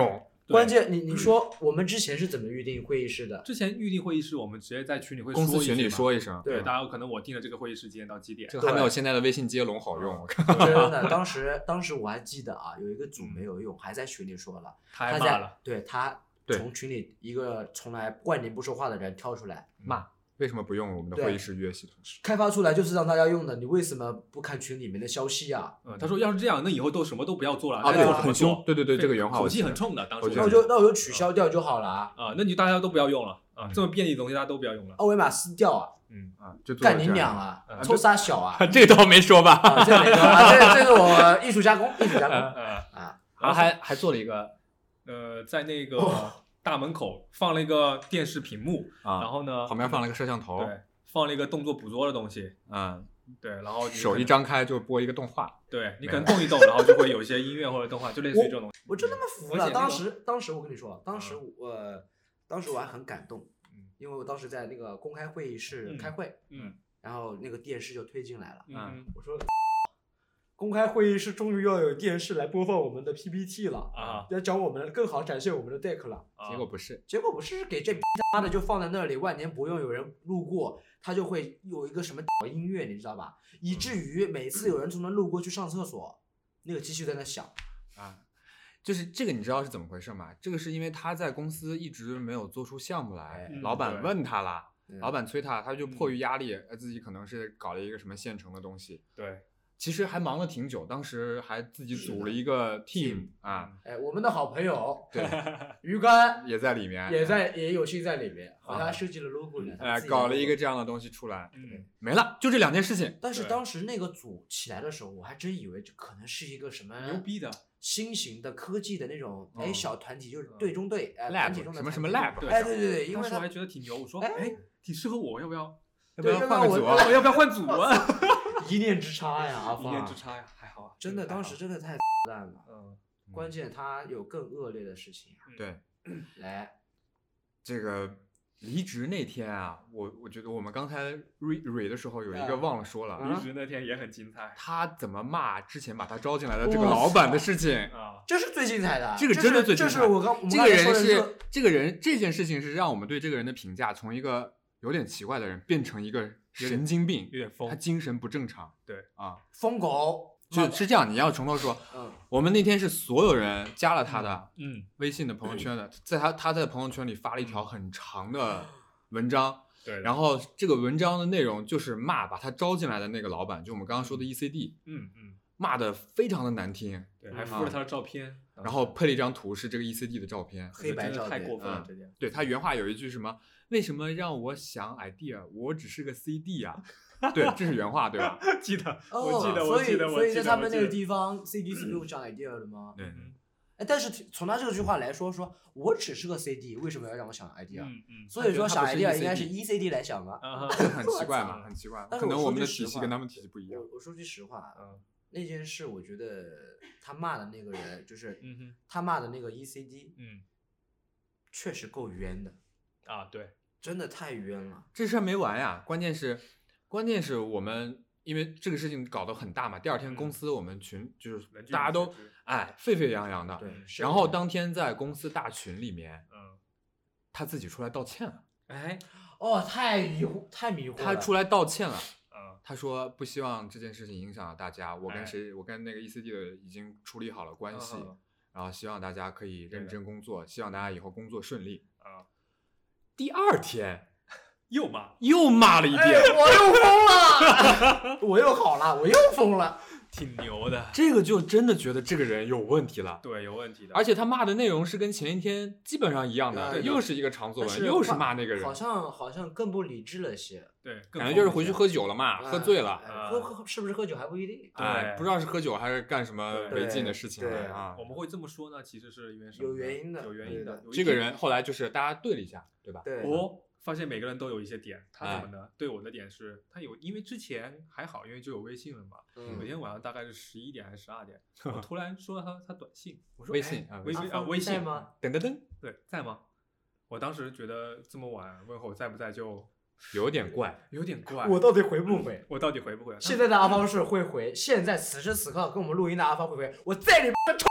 关键你说我们之前是怎么预定会议室的？ 之前预定会议室我们直接在群里会公司群里说一一声， 对，大家可能我定了这个会议室几点到几点， 这个还没有现在的微信接龙好用。我看真的，当时我还记得啊，有一个组没有用，还在群里说了， 他还骂了， 对他从群里一个从来万年不说话的人挑出来骂。为什么不用我们的会议室预约系统？ 开发出来就是让大家用的，你为什么不看群里面的消息啊？ 他说要是这样，那以后都什么都不要做了。 啊，对，很凶，对，这个原话口气很冲的，当时。 那我就取消掉就好了啊。 那你大家都不要用了啊，这么便利的东西大家都不要用了。 二维码撕掉啊。 就干你娘啊！抽啥小啊？ 这个倒没说吧？ 这个没说啊，这个我艺术加工啊。然后还做了一个， 在那个大门口放了一个电视屏幕，然后呢， 旁边放了一个摄像头。 对。放了一个动作捕捉的东西，对，然后手一张开就播一个动画， 对你可能动一动，然后就会有一些音乐或者动画，就类似于这种东西。 我真他妈服了！当时我跟你说，当时我还很感动，因为我当时在那个公开会议室开会，然后那个电视就推进来了，我说。公开会议室终于要有电视来播放我们的 PPT 了啊！要讲我们更好展现我们的 deck 了。 结果不是， 给这他妈的就放在那里，万年不用，有人路过，他就会有一个什么音乐，你知道吧？以至于每次有人从那路过去上厕所，那个机器在那响啊。就是这个，你知道是怎么回事吗？这个是因为他在公司一直没有做出项目来，老板问他了，老板催他就迫于压力，自己可能是搞了一个什么现成的东西。 对。 其实还忙了挺久，当时还自己组了一个 team 啊， 我们的好朋友对鱼竿也在里面， 也有幸在里面，好像设计了 logo 呢， 搞了一个这样的东西出来，没了，就这2件事情。 但是当时那个组起来的时候，我还真以为这可能是一个什么牛逼的新型的科技的那种小团体，就是队中队 ，lab 什么 lab， 对，因为当时我还觉得挺牛，我说挺适合我，要不要换个组？ 我要不要换组啊？ 一念之差呀，阿一念之差呀，还好啊。 真的，当时真的太烂了。关键他有更恶劣的事情。 对， 来， 这个离职那天啊，我觉得我们刚才蕊的时候有一个忘了说了， 离职那天也很精彩。 他怎么骂之前把他招进来的这个老板的事情啊？ 这是最精彩的， 这个真的最精彩。 这个人这件事情是让我们对这个人的评价从一个有点奇怪的人变成一个神经病， 有点疯， 他精神不正常。 对啊， 疯狗是这样。你要从头说，我们那天是所有人加了他的微信的朋友圈的，在他在朋友圈里发了一条很长的文章， 对， 然后这个文章的内容就是骂把他招进来的那个老板，就我们刚刚说的 ECD，骂的非常的难听， 对，还附了他的照片， 然后配了一张图是这个 ECD 的照片， 黑白照片， 太过分了，这点。 对，他原话有一句什么？为什么让我想 idea？ 我只是个 CD 啊。对，这是原话，对吧？ 记得， 我记得。所以在他们那个地方 CD 是不用想 idea 的吗？ 对。 但是从他这句话来说我只是个 CD， 为什么要让我想 idea？所以说想 idea 应该是 ECD 来想的， 很奇怪嘛，很奇怪。可能我们的体系跟他们体系不一样。 我说句实话，那件事我觉得他骂的那个人，就是他骂的那个 ECD，确实够冤的啊，对， 真的太冤了。 这事儿没完呀，关键是我们因为这个事情搞得很大嘛，第二天公司我们群就是大家都沸沸扬扬的， 对。 然后当天在公司大群里面，他自己出来道歉了。 太迷糊了。 他出来道歉了。他说不希望这件事情影响到大家，我跟那个 ECD 的已经处理好了关系，然后希望大家可以认真工作，希望大家以后工作顺利。第二天又骂了一遍， 我又疯了，我又好了，我又疯了。 挺牛的， 这个就真的觉得这个人有问题了。 对，有问题的。 而且他骂的内容是跟前一天基本上一样的，又是一个长作文，又是骂那个人。 好像更不理智了些。 对， 感觉就是回去喝酒了嘛，喝醉了。 是不是喝酒还不一定。 不知道是喝酒还是干什么违禁的事情了啊。 我们会这么说呢，其实是因为什么？ 有原因的。 这个人后来就是大家对了一下，对吧？ 对。 发现每个人都有一些点，他怎么呢？对我的点是，他有，因为之前还好，因为就有微信了嘛。每天晚上大概是11点还是12点，我突然收到他短信，我说微信微信吗？ 噔， 对，在吗？我当时觉得这么晚问候在不在就有点怪， 我到底回不回？ 回？ 现在的阿方是会回，现在此时此刻跟我们录音的阿方会回，我在里边抽一个。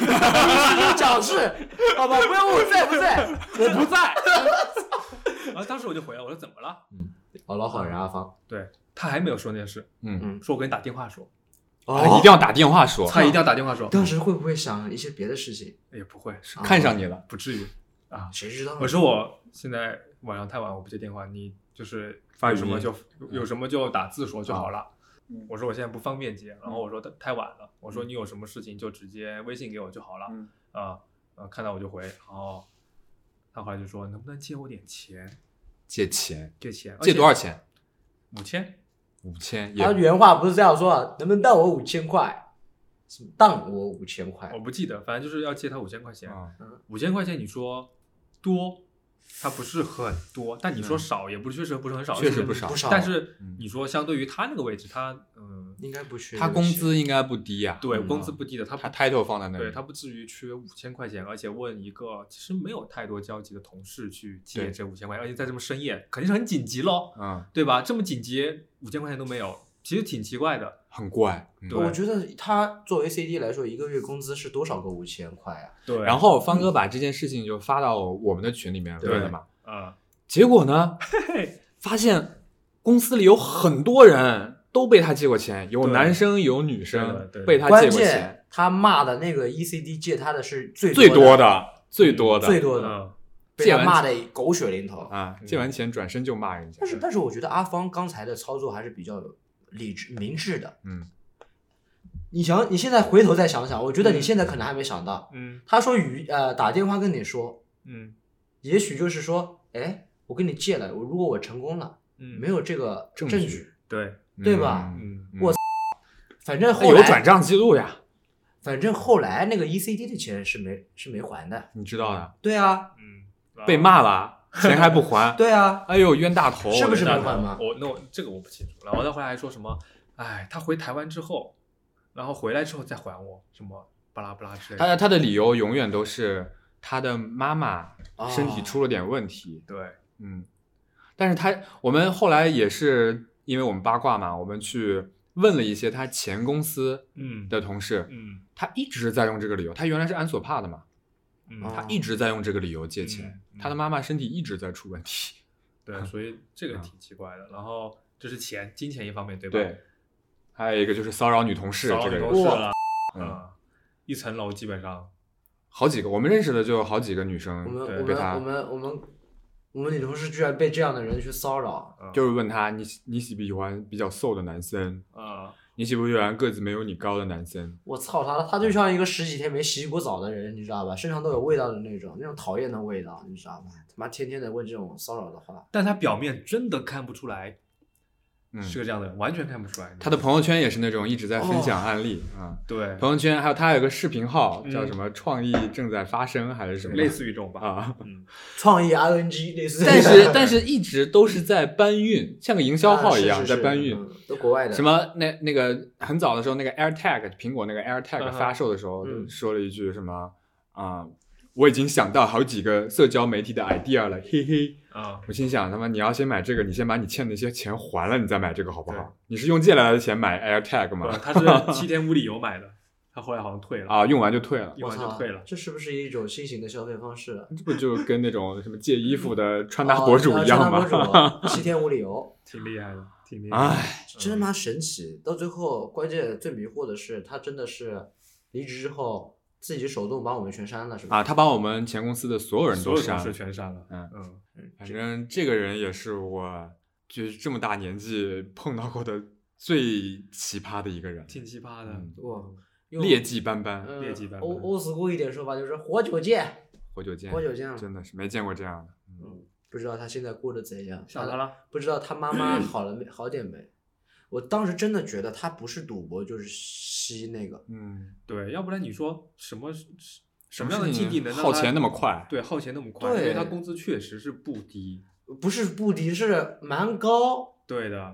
有讲事，好吧，不要问我在不在， 我不在。然后当时我就回来，我说怎么了？ 老好人阿芳， 对他还没有说那件事，说我给你打电话说， 一定要打电话说， 他一定要打电话说。 当时会不会想一些别的事情？ 也不会， 看上你了， 不至于啊， 谁知道？ 我说我现在晚上太晚，我不接电话，你就是有什么就打字说就好了。我说我现在不方便接，然后我说太晚了，我说你有什么事情就直接微信给我就好了。看到我就回，然后他后来就说能不能借我点钱？ 借钱？ 借多少钱 ？5000。 他原话不是这样说，能不能当我5000块？什么当我5000块？ 我不记得，反正就是要借他5000块钱。5000块钱你说多，它不是很多，但你说少也不确实不是很少， 确实不少。 但是你说相对于他那个位置，他应该不缺， 他工资应该不低呀。 对，工资不低的，他 title 放在那里， 对他不至于缺5000块钱，而且问一个其实没有太多交集的同事去借这5000块钱，而且在这么深夜，肯定是很紧急咯，对吧？这么紧急，5000块钱都没有，其实挺奇怪的， 很怪。 我觉得他作为 CD 来说，一个月工资是多少个5000块啊？ 对。 然后方哥把这件事情就发到我们的群里面问了嘛， 结果呢，发现公司里有很多人都被他借过钱，有男生有女生被他借过钱。 关键他骂的那个 ECD 借他的是最多的， 被他骂的狗血淋头啊！借完钱转身就骂人家。 但是我觉得阿芳刚才的操作还是比较理智明智的。你现在回头再想想，我觉得你现在可能还没想到。他说打电话跟你说，也许就是说，哎，我跟你借了，如果我成功了，没有这个证据，对吧？我反正后来有转账记录呀。 反正后来那个 ECD 的钱是没还的， 你知道的。 对啊， 被骂了，钱还不还。 对啊， 哎呦冤大头， 是不是没还吗？ 这个我不清楚。然后他后来还说什么，哎，他回台湾之后，然后回来之后再还我什么巴拉巴拉之类的。 他的理由永远都是他的妈妈身体出了点问题。 对， 但是我们后来也是因为我们八卦嘛，我们去问了一些他前公司的同事，他一直在用这个理由。他原来是安索帕的嘛，他一直在用这个理由借钱。他的妈妈身体一直在出问题。 对，所以这个挺奇怪的。然后这是金钱一方面，对吧？ 对，还有一个就是骚扰女同事，这个人一层楼基本上好几个，我们认识的就有好几个女生被他。 我们女同事居然被这样的人去骚扰， 就是问他你喜不喜欢比较瘦的男生你喜不喜欢个子没有你高的男生？ 我操他就像一个10几天没洗过澡的人，你知道吧？身上都有味道的那种讨厌的味道，你知道吧？他妈天天的问这种骚扰的话， 但他表面真的看不出来是个这样的人，完全看不出来。 他的朋友圈也是那种一直在分享案例对， 朋友圈还有他有个视频号叫什么创意正在发生还是什么， 类似于这种吧创意 RNG 类似， 但是一直都是在搬运，像个营销号一样在搬运， 都国外的。 什么那个很早的时候，那个 AirTag 苹果那个 AirTag 发售的时候说了一句什么我已经想到好几个社交媒体的 idea 了，嘿嘿我心想他妈你要先买这个，你先把你欠的那些钱还了，你再买这个好不好？你是用借来的钱买 AirTag 吗？ 他是7天无理由买的，他后来好像退了用完就退了， 这是不是一种新型的消费方式？ 这不就跟那种什么借衣服的穿搭博主一样吗 ？7天无理由， 挺厉害的，挺厉害的。 真他妈神奇！到最后，关键最迷惑的是，他真的是离职之后自己手动把我们全删了，是吧？ 他把我们前公司的所有人都删了， 是全删了。 反正这个人也是我就是这么大年纪碰到过的最奇葩的一个人， 挺奇葩的， 劣迹斑斑， 劣迹斑斑。 欧死过一点说法就是活久见， 活久见，真的是没见过这样的。 不知道他现在过得怎样， 想他了， 不知道他妈妈好点没？我当时真的觉得他不是赌博就是吸那个， 对，要不然你说什么样的境地能耗钱那么快？ 对，耗钱那么快，因为他工资确实是不低， 不是不低，是蛮高。 对的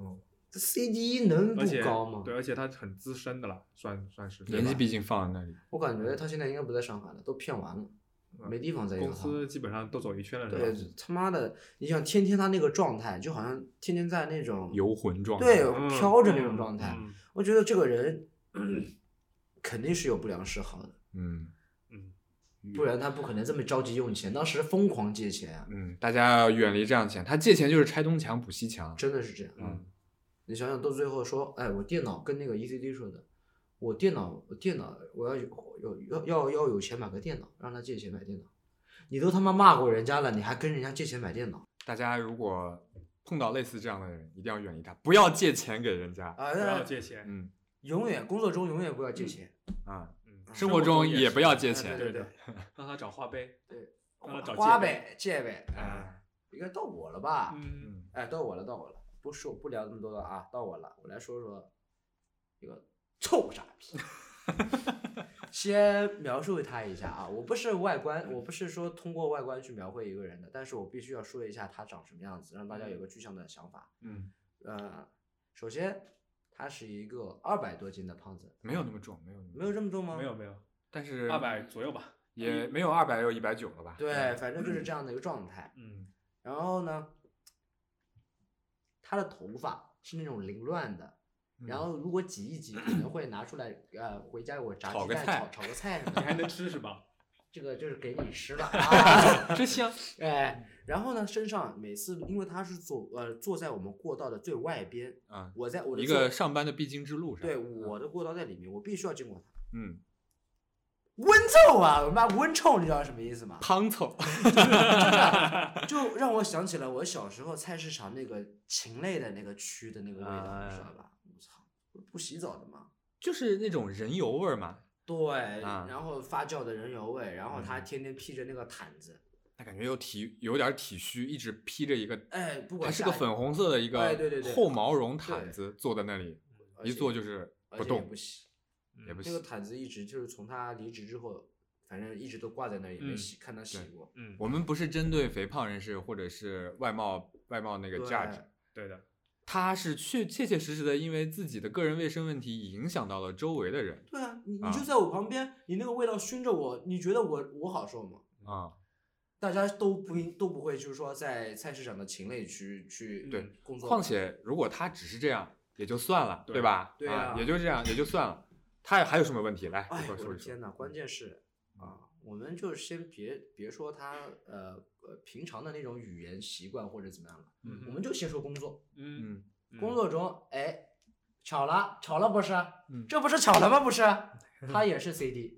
，CD 能不高吗？ 对，而且他很资深的了，算是年纪毕竟放在那里。 我感觉他现在应该不在上海了，都骗完了。没地方再用， 公司基本上都走一圈了。 对，他妈的，你想天天他那个状态，就好像天天在那种游魂状态， 对，飘着那种状态。我觉得这个人肯肯定是有不良嗜好的。不然他不可能这么着急用钱，当时疯狂借钱啊。 大家要远离这样钱，他借钱就是拆东墙补西墙， 真的是这样。你想想，到最后说，哎，我电脑跟那个 ECD 说的，我电脑我要有钱买个电脑，让他借钱买电脑。你都他妈骂过人家了，你还跟人家借钱买电脑？ 大家如果碰到类似这样的人，一定要远离他，不要借钱给人家不要借钱。 永远工作中永远不要借钱生活中也不要借钱。 对， 让他找花呗， 对， 让他找花呗、借呗。应该到我了吧？到我了。不聊那么多了啊，到我了，我来说说一个臭傻逼。先描述他一下啊，我不是说通过外观去描绘一个人的，但是我必须要说一下他长什么样子，让大家有个具象的想法。首先他是一个200多斤的胖子， 没有那么重， 没有这么重吗？ 没有， 但是 200左右吧， 也没有200，有190了吧？ 对，反正就是这样的一个状态。然后呢，他的头发是那种凌乱的，然后如果挤一挤，可能会拿出来回家我炸鸡蛋炒个菜什么的。 你还能吃是吧？ 这个就是给你吃的啊， 真香。 然后呢，身上每次因为他是坐在我们过道的最外边我在我的一个上班的必经之路上， 对，我的过道在里面，我必须要经过他。 温臭啊！我妈温臭，你知道什么意思吗？ 汤臭， 就让我想起了我小时候菜市场那个禽类的那个区的那个味道，你知道吧？我操，不洗澡的嘛， 就是那种人油味嘛。 对，然后发酵的人油味，然后他天天披着那个毯子， 他感觉有点体虚，一直披着一个， 不管还是个粉红色的一个厚毛绒毯子坐在那里，一坐就是不动， 不洗。 也不洗。 那个毯子一直就是从他离职之后，反正一直都挂在那里，没洗，看他洗过。 我们不是针对肥胖人士或者是外貌那个价值， 对的， 他是切切实实的因为自己的个人卫生问题影响到了周围的人。 对啊，你就在我旁边，你那个味道熏着我，你觉得我好受吗？大家都不会就是说在菜市场的禽类区去工作。 况且如果他只是这样也就算了，对吧？ 对啊， 也就这样也就算了。他还有什么问题？来， 我的天哪！关键是我们就先别说他平常的那种语言习惯或者怎么样了，我们就先说工作。工作中巧了不是？这不是巧了吗？不是，他也是 CD。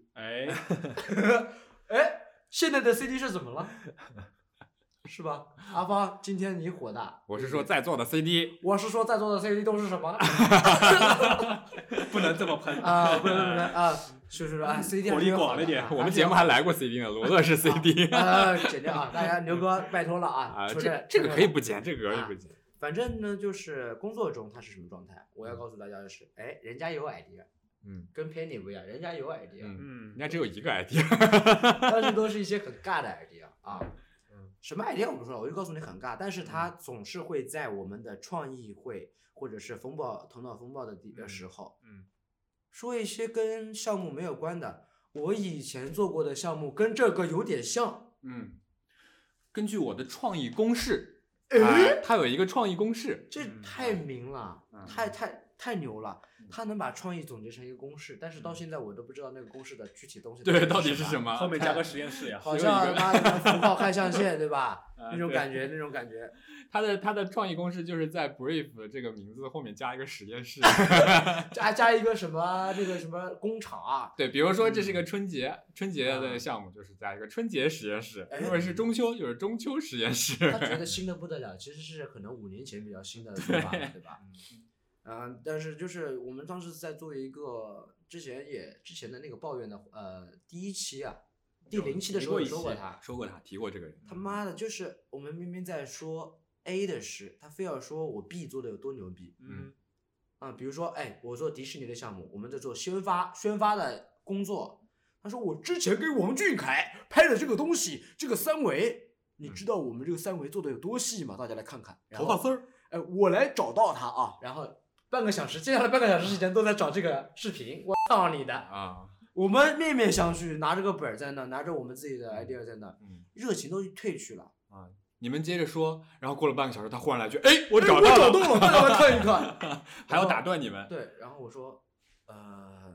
现在的 CD 是怎么了？是吧？阿芳，今天你火大。 我是说在座的 CD。 我是说在座的 CD 都是什么？ 不能这么喷不能是CD 火力广了点。 我们节目还来过 CD 呢，罗乐是 CD。 剪掉啊！大家牛哥拜托了啊！ 这个可以不剪，这个可以不剪。 反正呢，就是工作中他是什么状态，我要告诉大家的是，人家有 idea。跟 Penny 不一样，人家有 idea。 人家只有一个 idea。 但是都是一些很尬的 idea 啊。什么 idea 我不说了，我就告诉你很尬，但是他总是会在我们的创意会或者是头脑风暴的时候，说一些跟项目没有关的。我以前做过的项目跟这个有点像， 根据我的创意公式，他有一个创意公式， 这太明了，太牛了。他能把创意总结成一个公式，但是到现在我都不知道那个公式的具体东西到底是什么， 后面加个实验室呀， 好像符号看象限对吧？那种感觉。 他的创意公式就是在 brief 这个名字后面加一个实验室， 加一个什么那个什么工厂啊？ 对，比如说这是一个春节的项目，就是加一个春节实验室；如果是中秋，就是中秋实验室。 他觉得新的不得了，其实是可能5年前比较新的做法了，对吧？但是就是我们当时在做一个之前的那个抱怨的第1期第0期的时候说过他提过这个人。 他妈的，就是我们明明在说 A 的事，他非要说我 B 做的有多牛逼。比如说我做迪士尼的项目，我们在做宣发的工作，他说我之前给王俊凯拍的这个东西，这个3维，你知道我们这个3维做的有多细吗？大家来看看。 头发丝儿。 我来找到他然后接下来半个小时时间都在找这个视频，我操你的我们面面相觑，拿着个本在那，拿着我们自己的 idea 在那，热情都退去了你们接着说，然后过了半个小时，他忽然来句：“我找到了， 大家来看一看。” 还要打断你们。 对，然后我说，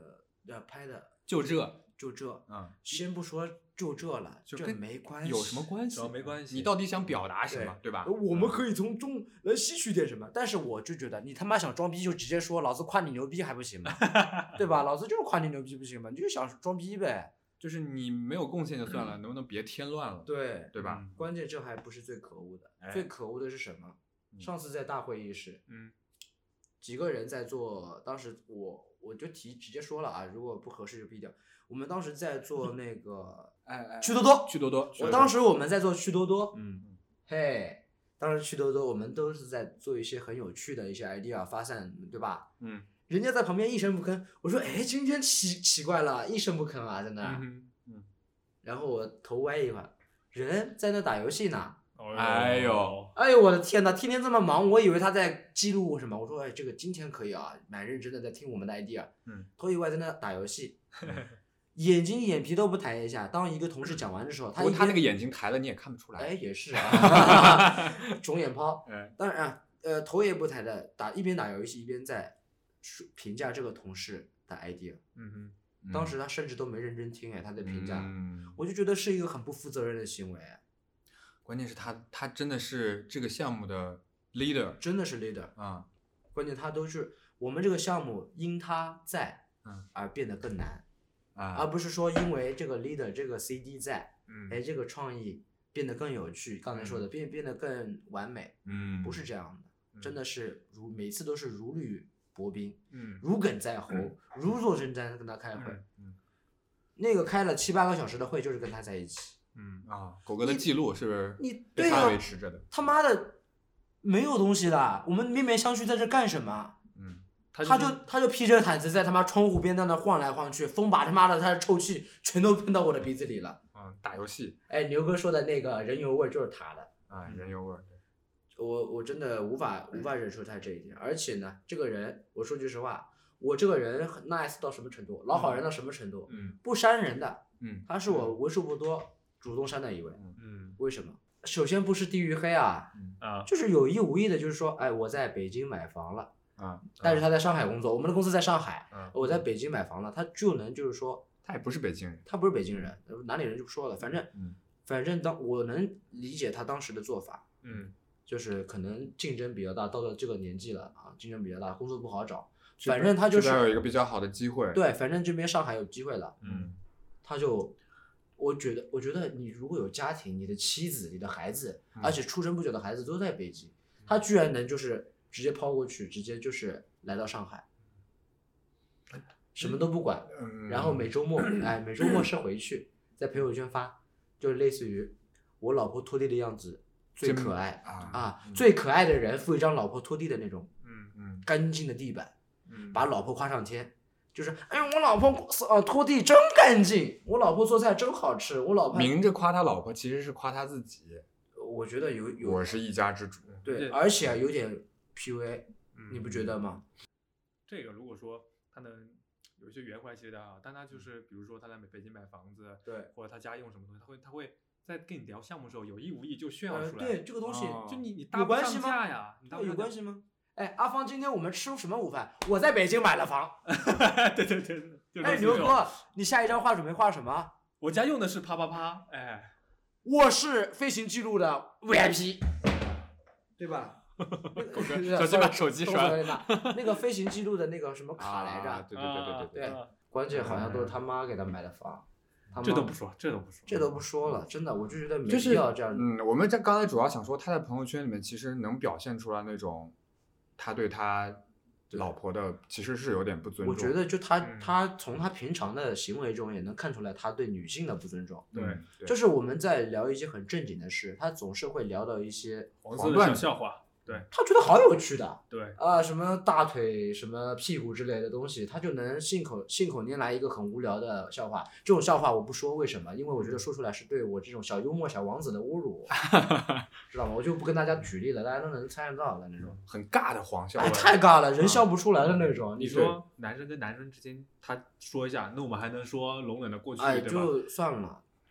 拍的就这， 先不说就这了，这没关系， 有什么关系？ 没关系。 你到底想表达什么，对吧？ 我们可以从中来吸取点什么，但是我就觉得你他妈想装逼就直接说，老子夸你牛逼还不行吗？对吧？老子就是夸你牛逼不行吗？你就想装逼呗。 就是你没有贡献就算了，能不能别添乱了？对吧？ 关键这还不是最可恶的，最可恶的是什么？上次在大会议室，几个人在做，当时我就直接说了啊，如果不合适就毙掉。我们当时在做那个趣多多，当时我们在做趣多多，嘿，当时趣多多我们都是在做一些很有趣的一些 idea 发散，对吧？人家在旁边一声不吭，我说哎，今天奇怪了，一声不吭啊，在那。然后我头歪一会儿，人在那打游戏呢。 哎呦， 我的天哪！天天这么忙，我以为他在记录什么。我说哎，这个今天可以啊，蛮认真的在听我们的 idea。头一歪在那打游戏，眼睛眼皮都不抬一下。当一个同事讲完的时候，他那个眼睛抬了你也看不出来。 哎，也是啊，肿眼泡。当然头也不抬的一边打游戏一边在评价这个同事的 idea。当时他甚至都没认真听，他在评价，我就觉得是一个很不负责任的行为。 关键是他真的是这个项目的 leader， 真的是 leader 啊！关键他都是我们这个项目因他在而变得更难而不是说因为这个 leader 这个 CD 在，这个创意变得更有趣。刚才说的变得更完美，不是这样的，真的是每次都是如履薄冰，如鲠在喉，如坐针毡跟他开会。那个开了7、8个小时的会就是跟他在一起。 狗哥的记录是不是你被他维持着的？ 他妈的没有东西的，我们面面相觑在这干什么？他就披着毯子在他妈窗户边在那晃来晃去，风把他妈的他的臭气全都喷到我的鼻子里了。 打游戏。 牛哥说的那个人油味就是他的人油味。 我真的无法忍受他这一点。而且呢，这个人我说句实话，我这个人很 nice 到什么程度，老好人到什么程度？不删人的。他是我为数不多主动删的一位。为什么？首先不是地域黑就是有意无意的，就是说，我在北京买房了但是他在上海工作，我们的公司在上海，我在北京买房了，他就能就是说， 他也不是北京人， 他不是北京人，哪里人就不说了，反正我能理解他当时的做法，就是可能竞争比较大，到了这个年纪了竞争比较大，工作不好找，反正他就是这边有一个比较好的机会， 对，反正这边上海有机会了，他就。我觉得你如果有家庭，你的妻子、你的孩子，而且出生不久的孩子都在北京，他居然能就是直接抛过去，直接就是来到上海，什么都不管，然后每周末是回去，在朋友圈发，就是类似于我老婆拖地的样子最可爱最可爱的人附一张老婆拖地的那种，干净的地板，把老婆夸上天。就是我老婆拖地真干净，我老婆做菜真好吃，我老婆明着夸他老婆，其实是夸他自己。 我觉得有我是一家之主。 对，而且有点 PUA，你不觉得吗？ 这个如果说他能有一些圆环系列的但他就是比如说他在北京买房子， 对， 或者他家用什么东西，他会在跟你聊项目的时候有意无意就炫耀出来。 对，这个东西就你搭不上架呀， 有关系吗？阿芳，今天我们吃什么午饭？我在北京买了房。 对。 牛哥，你下一张画准备画什么？ 我家用的是啪啪啪， 我是飞行记录的 VIP， 对吧？ 小心把手机摔了。 那个飞行记录的那个什么卡来着？ 对。 关键好像都是他妈给他买的房。 这都不说了，真的，我就觉得没必要这样。 我们刚才主要想说，他在朋友圈里面其实能表现出来那种。他对他老婆的其实是有点不尊重。 我觉得就他从他平常的行为中也能看出来他对女性的不尊重。 对， 就是我们在聊一些很正经的事，他总是会聊到一些黄段笑话。对， 他觉得好有趣的。 对什么大腿、什么屁股之类的东西，他就能信口拈来一个很无聊的笑话。这种笑话我不说为什么，因为我觉得说出来是对我这种小幽默小王子的侮辱，知道吗？我就不跟大家举例了，大家都能猜得到的那种很尬的黄笑话。 太尬了，人笑不出来的那种。 你说男生跟男生之间，他说一下，那我们还能说容忍的过去，对吧？ 就算了。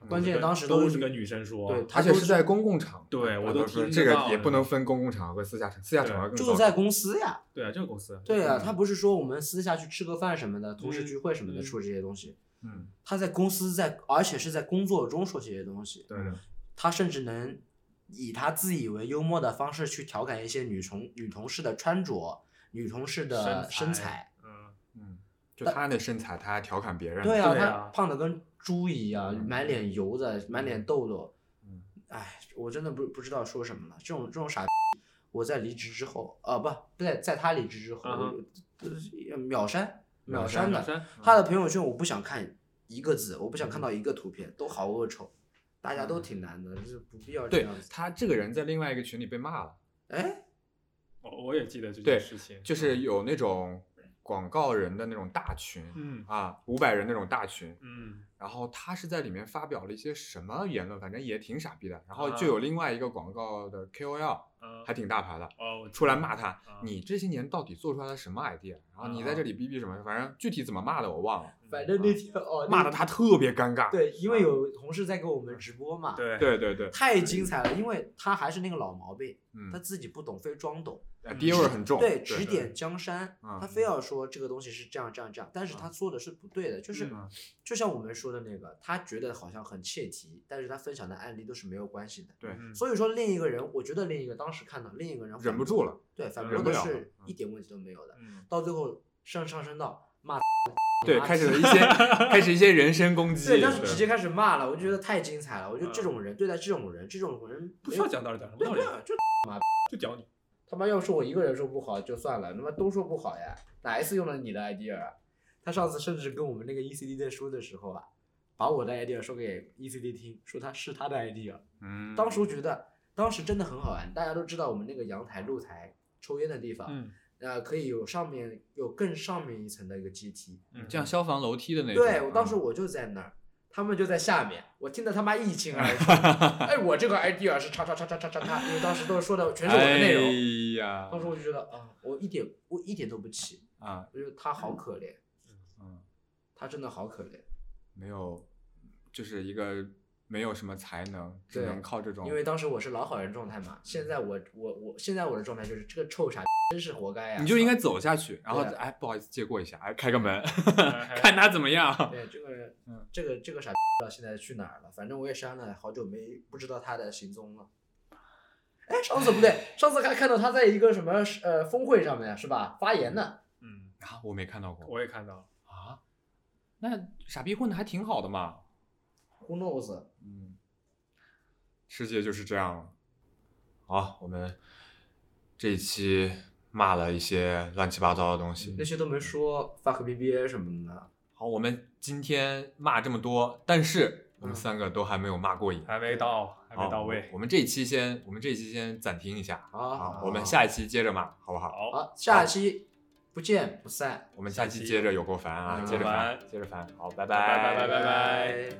关键当时都是跟女生说， 对， 而且是在公共场合。 对我都听这个得到也不能分公共场合和私下场合更就在公司呀。 对啊，这个公司。 对啊，他不是说我们私下去吃个饭什么的，同事聚会什么的说这些东西。他在公司而且是在工作中说这些东西。 对的。 他甚至能以他自以为幽默的方式去调侃一些女同事的穿着、女同事的身材。 就他的身材，他还调侃别人。 对啊，他胖的跟猪一样，满脸油的，满脸痘痘。哎，我真的不知道说什么了。这种傻逼，我在离职之后，不在他离职之后，秒删的。他的朋友圈我不想看一个字，我不想看到一个图片，都好恶丑，大家都挺难的，就是不必要这样子。 对，他这个人在另外一个群里被骂了。 哎， 我也记得这件事情， 就是有那种广告人的那种大群，500人那种大群，然后他是在里面发表了一些什么言论，反正也挺傻逼的。然后就有另外一个广告的 KOL，还挺大牌的，出来骂他，你这些年到底做出来了什么 idea？然后你在这里逼什么？反正具体怎么骂的我忘了。 反正那天骂的他特别尴尬。 对，因为有同事在给我们直播嘛。 对， 太精彩了，因为他还是那个老毛病，他自己不懂，非装懂。 爹味很重。 对，指点江山，他非要说这个东西是这样，但是他说的是不对的，就是就像我们说的那个，他觉得好像很切题，但是他分享的案例都是没有关系的。 对， 所以说另一个人，我觉得当时看到另一个人忍不住了， 对，反驳的是一点问题都没有的，到最后上升到骂。 对，开始一些人身攻击。 对，但是直接开始骂了，我就觉得太精彩了。我觉得这种人对待这种人不需要讲道理，就屌你。 他妈要是我一个人说不好就算了，他妈都说不好呀，哪一次用了你的 idea 啊？他上次甚至跟我们那个 ECD 在说的时候啊，把我的 idea 说给 ECD 听，说他是他的 idea。当时我觉得当时真的很好玩，大家都知道我们那个阳台露台抽烟的地方，可以有更上面一层的一个阶梯， 像消防楼梯的那种。 对，当时我就在那儿。他们就在下面，我听得他妈一清二楚。哎，我这个 idea 是叉，因为当时都说的全是我的内容。 哎呀， 当时我就觉得我一点都不气我觉得他好可怜，他真的好可怜， 没有，就是一个没有什么才能，只能靠这种。 因为当时我是老好人状态嘛，现在现在我的状态就是这个臭傻真是活该呀！ 你就应该走下去，然后不好意思借过一下，开个门，看他怎么样。 对，这个傻逼不知道现在去哪儿了，反正我也删了，好久不知道他的行踪了。哎，上次不对，上次还看到他在一个什么峰会上面是吧发言呢？ 我没看到过。 我也看到了啊，那傻逼混的还挺好的嘛。 Who knows？ 世界就是这样了。好，我们这一期骂了一些乱七八糟的东西， 那些都没说 fuck BBA 什么的。 好，我们今天骂这么多，但是我们3个都还没有骂过瘾， 还没到位。 我们这一期先暂停一下， 好， 我们下一期接着骂，好不好？ 好，下期不见不散。 我们下期接着有够烦啊，接着烦。好，拜拜。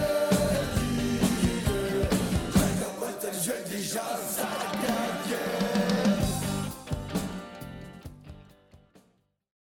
全地上洒的感觉。